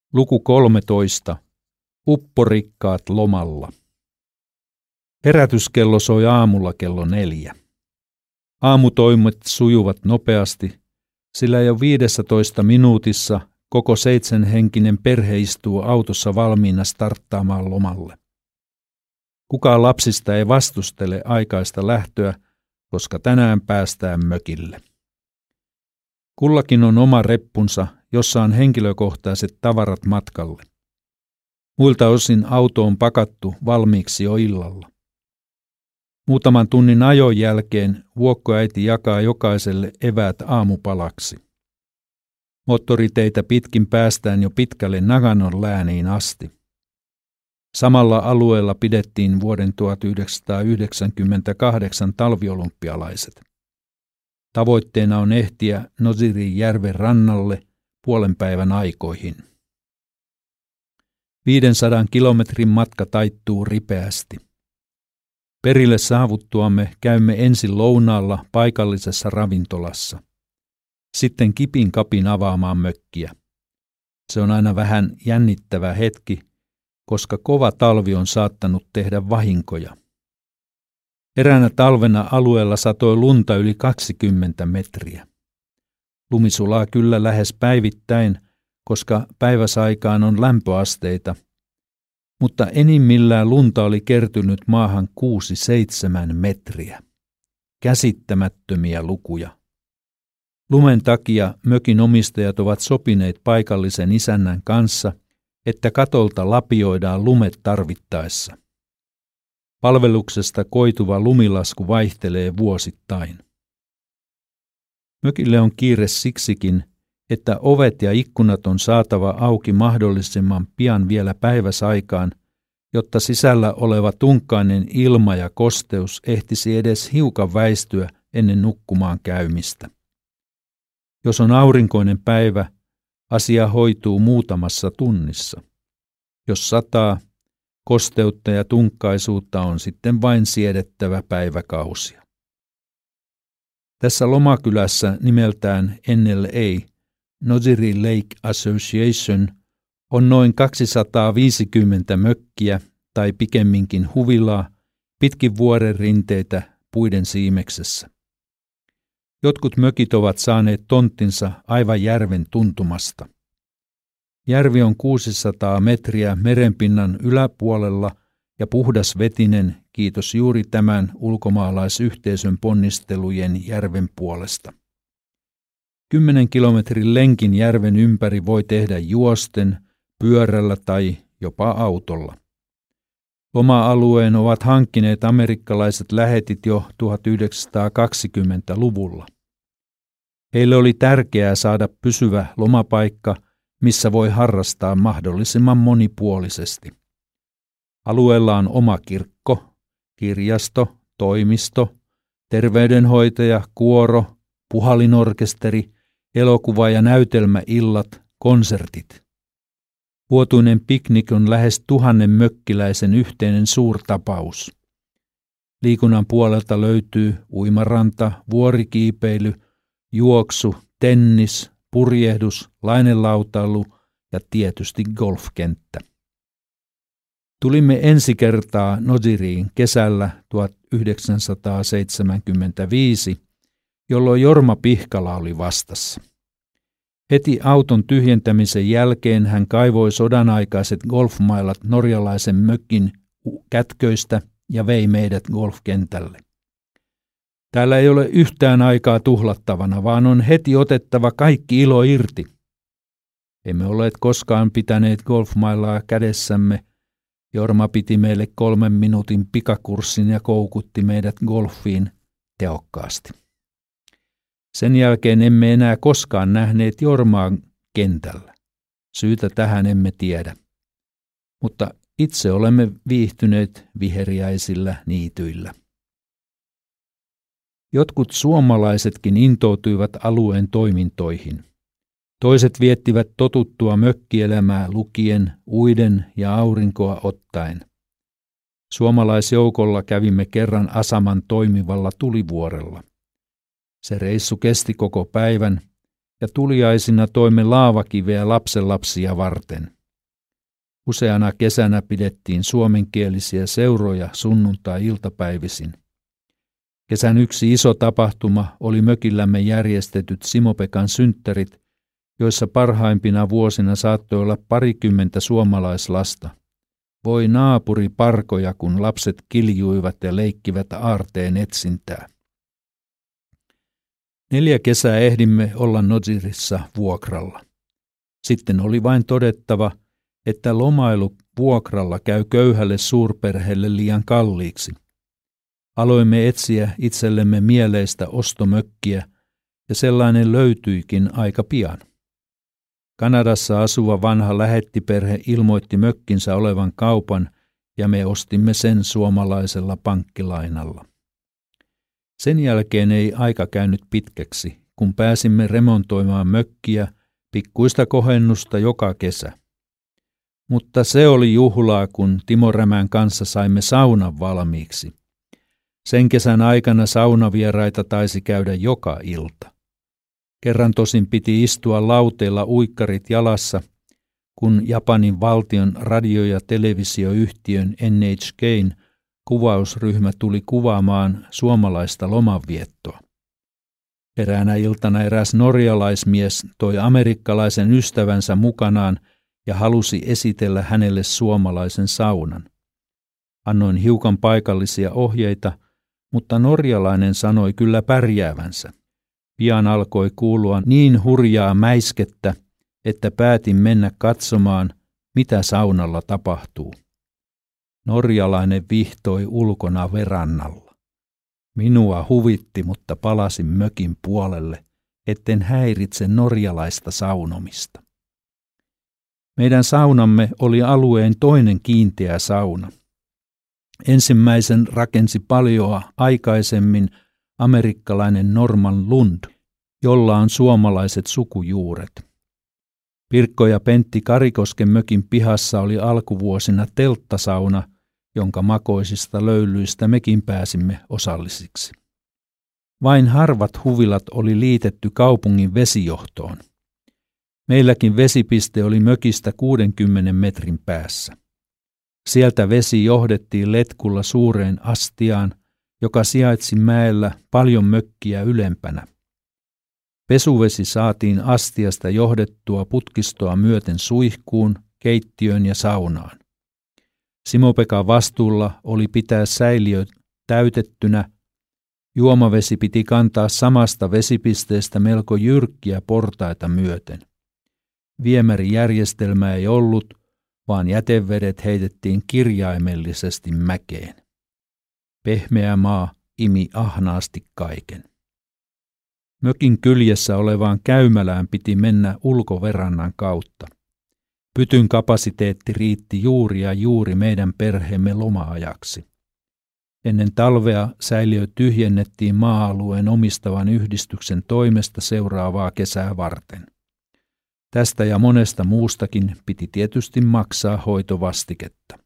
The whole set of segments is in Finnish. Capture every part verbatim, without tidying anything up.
Luku kolmetoista. Upporikkaat lomalla. Herätyskello soi aamulla kello neljä. Aamutoimet sujuvat nopeasti, sillä jo viidessätoista minuutissa koko seitsemänhenkinen perhe istuu autossa valmiina starttaamaan lomalle. Kukaan lapsista ei vastustele aikaista lähtöä, koska tänään päästään mökille. Kullakin on oma reppunsa, jossa on henkilökohtaiset tavarat matkalle. Muilta osin auto on pakattu valmiiksi jo illalla. Muutaman tunnin ajon jälkeen vuokkoäiti jakaa jokaiselle eväät aamupalaksi. Moottoriteitä pitkin päästään jo pitkälle Naganon lääniin asti. Samalla alueella pidettiin vuoden tuhatyhdeksänsataayhdeksänkymmentäkahdeksan talviolympialaiset. Tavoitteena on ehtiä Nozirin järven rannalle puolen päivän aikoihin. viidensadan kilometrin matka taittuu ripeästi. Perille saavuttuamme käymme ensin lounaalla paikallisessa ravintolassa. Sitten kipin kapin avaamaan mökkiä. Se on aina vähän jännittävä hetki, koska kova talvi on saattanut tehdä vahinkoja. Eräänä talvena alueella satoi lunta yli kaksikymmentä metriä. Lumi sulaa kyllä lähes päivittäin, koska päiväsaikaan on lämpöasteita, mutta enimmillään lunta oli kertynyt maahan kuusi seitsemän metriä. Käsittämättömiä lukuja. Lumen takia mökin omistajat ovat sopineet paikallisen isännän kanssa, että katolta lapioidaan lumet tarvittaessa. Palveluksesta koituva lumilasku vaihtelee vuosittain. Mökille on kiire siksikin, että ovet ja ikkunat on saatava auki mahdollisimman pian vielä päiväsaikaan, jotta sisällä oleva tunkkainen ilma ja kosteus ehtisi edes hiukan väistyä ennen nukkumaan käymistä. Jos on aurinkoinen päivä, asia hoituu muutamassa tunnissa. Jos sataa, kosteutta ja tunkkaisuutta on sitten vain siedettävä päiväkausia. Tässä lomakylässä nimeltään N L A, Noziri Lake Association, on noin kaksisataaviisikymmentä mökkiä tai pikemminkin huvilaa pitkin vuoren rinteitä puiden siimeksessä. Jotkut mökit ovat saaneet tonttinsa aivan järven tuntumasta. Järvi on kuusisataa metriä merenpinnan yläpuolella ja puhdasvetinen, kiitos juuri tämän ulkomaalaisyhteisön ponnistelujen järven puolesta. Kymmenen kilometrin lenkin järven ympäri voi tehdä juosten, pyörällä tai jopa autolla. Loma-alueen ovat hankkineet amerikkalaiset lähetit jo tuhatyhdeksänsataakaksikymmentäluvulla. Heille oli tärkeää saada pysyvä lomapaikka, missä voi harrastaa mahdollisimman monipuolisesti. Alueella on oma kirkko, kirjasto, toimisto, terveydenhoitaja, kuoro, puhallinorkesteri, elokuva- ja näytelmäillat, konsertit. Vuotuinen piknik on lähes tuhannen mökkiläisen yhteinen suurtapaus. Liikunnan puolelta löytyy uimaranta, vuorikiipeily, juoksu, tennis, purjehdus, lainelautailu ja tietysti golfkenttä. Tulimme ensi kertaa Noziriin kesällä tuhatyhdeksänsataaseitsemänkymmentäviisi, jolloin Jorma Pihkala oli vastassa. Heti auton tyhjentämisen jälkeen hän kaivoi sodanaikaiset golfmailat norjalaisen mökin kätköistä ja vei meidät golfkentälle. Täällä ei ole yhtään aikaa tuhlattavana, vaan on heti otettava kaikki ilo irti. Emme olleet koskaan pitäneet golfmailaa kädessämme. Jorma piti meille kolmen minuutin pikakurssin ja koukutti meidät golfiin tehokkaasti. Sen jälkeen emme enää koskaan nähneet Jormaa kentällä. Syytä tähän emme tiedä. Mutta itse olemme viihtyneet viheriäisillä niityillä. Jotkut suomalaisetkin intoutuivat alueen toimintoihin. Toiset viettivät totuttua mökkielämää lukien, uiden ja aurinkoa ottaen. Suomalaisjoukolla kävimme kerran Asaman toimivalla tulivuorella. Se reissu kesti koko päivän ja tuliaisina toimme laavakiveä lapsenlapsia varten. Useana kesänä pidettiin suomenkielisiä seuroja sunnuntai-iltapäivisin. Kesän yksi iso tapahtuma oli mökillämme järjestetyt Simo-Pekan synttärit, joissa parhaimpina vuosina saattoi olla parikymmentä suomalaislasta. Voi naapuri parkoja, kun lapset kiljuivat ja leikkivät aarteen etsintää. Neljä kesää ehdimme olla Nozirissa vuokralla. Sitten oli vain todettava, että lomailu vuokralla käy köyhälle suurperheelle liian kalliiksi. Aloimme etsiä itsellemme mieleistä ostomökkiä, ja sellainen löytyikin aika pian. Kanadassa asuva vanha lähettiperhe ilmoitti mökkinsä olevan kaupan, ja me ostimme sen suomalaisella pankkilainalla. Sen jälkeen ei aika käynyt pitkäksi, kun pääsimme remontoimaan mökkiä, pikkuista kohennusta joka kesä. Mutta se oli juhlaa, kun Timo Rämän kanssa saimme saunan valmiiksi. Sen kesän aikana saunavieraita taisi käydä joka ilta. Kerran tosin piti istua lauteella uikkarit jalassa, kun Japanin valtion radio- ja televisioyhtiön N H K:n kuvausryhmä tuli kuvaamaan suomalaista lomanviettoa. Eräänä iltana eräs norjalaismies toi amerikkalaisen ystävänsä mukanaan ja halusi esitellä hänelle suomalaisen saunan. Annoin hiukan paikallisia ohjeita, mutta norjalainen sanoi kyllä pärjäävänsä. Pian alkoi kuulua niin hurjaa mäiskettä, että päätin mennä katsomaan, mitä saunalla tapahtuu. Norjalainen vihtoi ulkona verannalla. Minua huvitti, mutta palasin mökin puolelle, etten häiritse norjalaista saunomista. Meidän saunamme oli alueen toinen kiinteä sauna. Ensimmäisen rakensi paljoa aikaisemmin amerikkalainen Norman Lund, jolla on suomalaiset sukujuuret. Pirkko ja Pentti Karikosken mökin pihassa oli alkuvuosina telttasauna, jonka makoisista löylyistä mekin pääsimme osallisiksi. Vain harvat huvilat oli liitetty kaupungin vesijohtoon. Meilläkin vesipiste oli mökistä kuudenkymmenen metrin päässä. Sieltä vesi johdettiin letkulla suureen astiaan, joka sijaitsi mäellä paljon mökkiä ylempänä. Pesuvesi saatiin astiasta johdettua putkistoa myöten suihkuun, keittiöön ja saunaan. Simo-Pekan vastuulla oli pitää säiliö täytettynä. Juomavesi piti kantaa samasta vesipisteestä melko jyrkkiä portaita myöten. Viemärijärjestelmää ei ollut, vaan jätevedet heitettiin kirjaimellisesti mäkeen. Pehmeä maa imi ahnaasti kaiken. Mökin kyljessä olevaan käymälään piti mennä ulkoverannan kautta. Pytyn kapasiteetti riitti juuri ja juuri meidän perheemme loma-ajaksi. Ennen talvea säiliö tyhjennettiin maa-alueen omistavan yhdistyksen toimesta seuraavaa kesää varten. Tästä ja monesta muustakin piti tietysti maksaa hoitovastiketta.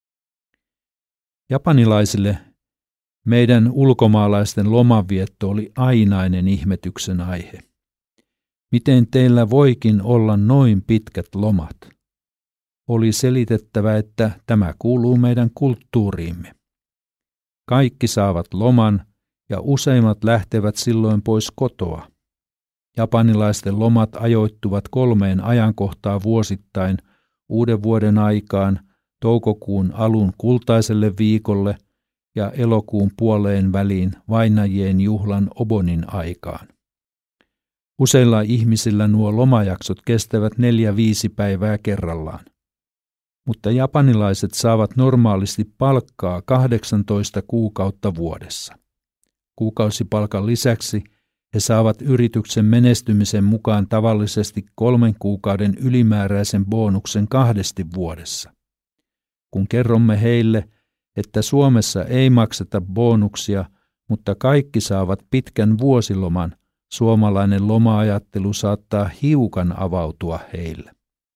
Japanilaisille meidän ulkomaalaisten lomanvietto oli ainainen ihmetyksen aihe. Miten teillä voikin olla noin pitkät lomat? Oli selitettävä, että tämä kuuluu meidän kulttuuriimme. Kaikki saavat loman ja useimmat lähtevät silloin pois kotoa. Japanilaisten lomat ajoittuvat kolmeen ajankohtaan vuosittain uuden vuoden aikaan, toukokuun alun kultaiselle viikolle ja elokuun puoleen väliin vainajien juhlan Obonin aikaan. Useilla ihmisillä nuo lomajaksot kestävät neljä viisi päivää kerrallaan. Mutta japanilaiset saavat normaalisti palkkaa kahdeksantoista kuukautta vuodessa. Kuukausipalkan lisäksi he saavat yrityksen menestymisen mukaan tavallisesti kolmen kuukauden ylimääräisen bonuksen kahdesti vuodessa. Kun kerromme heille, että Suomessa ei makseta bonuksia, mutta kaikki saavat pitkän vuosiloman, suomalainen loma-ajattelu saattaa hiukan avautua heille.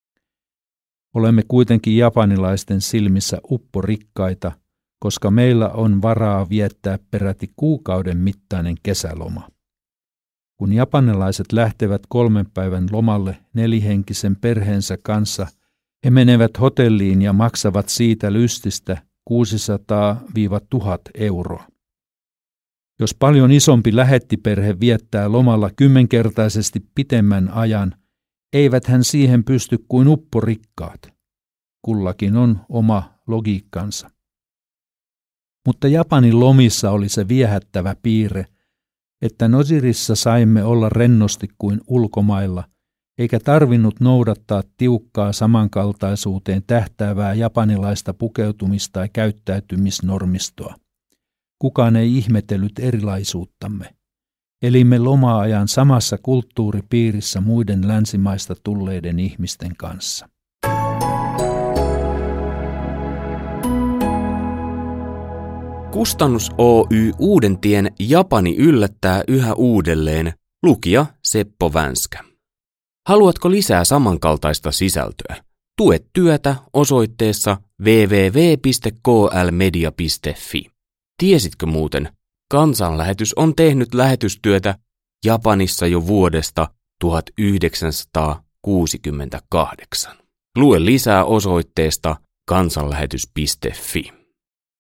Olemme kuitenkin japanilaisten silmissä upporikkaita, koska meillä on varaa viettää peräti kuukauden mittainen kesäloma. Kun japanilaiset lähtevät kolmen päivän lomalle nelihenkisen perheensä kanssa, He menevät hotelliin ja maksavat siitä lystistä kuusisataa tuhatta euroa. Jos paljon isompi lähettiperhe viettää lomalla kymmenkertaisesti pitemmän ajan, eivät hän siihen pysty kuin upporikkaat. Kullakin on oma logiikkansa. Mutta Japanin lomissa oli se viehättävä piirre, että Nozirissa saimme olla rennosti kuin ulkomailla, eikä tarvinnut noudattaa tiukkaa samankaltaisuuteen tähtäävää japanilaista pukeutumista ja käyttäytymisnormistoa. Kukaan ei ihmetellyt erilaisuuttamme. Elimme loma-ajan samassa kulttuuripiirissä muiden länsimaista tulleiden ihmisten kanssa. Kustannus Oy Uudentien Japani yllättää yhä uudelleen, lukija Seppo Vänskä. Haluatko lisää samankaltaista sisältöä? Tue työtä osoitteessa double-u double-u double-u piste k l media piste f i. Tiesitkö muuten, Kansanlähetys on tehnyt lähetystyötä Japanissa jo vuodesta tuhatyhdeksänsataakuusikymmentäkahdeksan. Lue lisää osoitteesta kansanlähetys piste f i.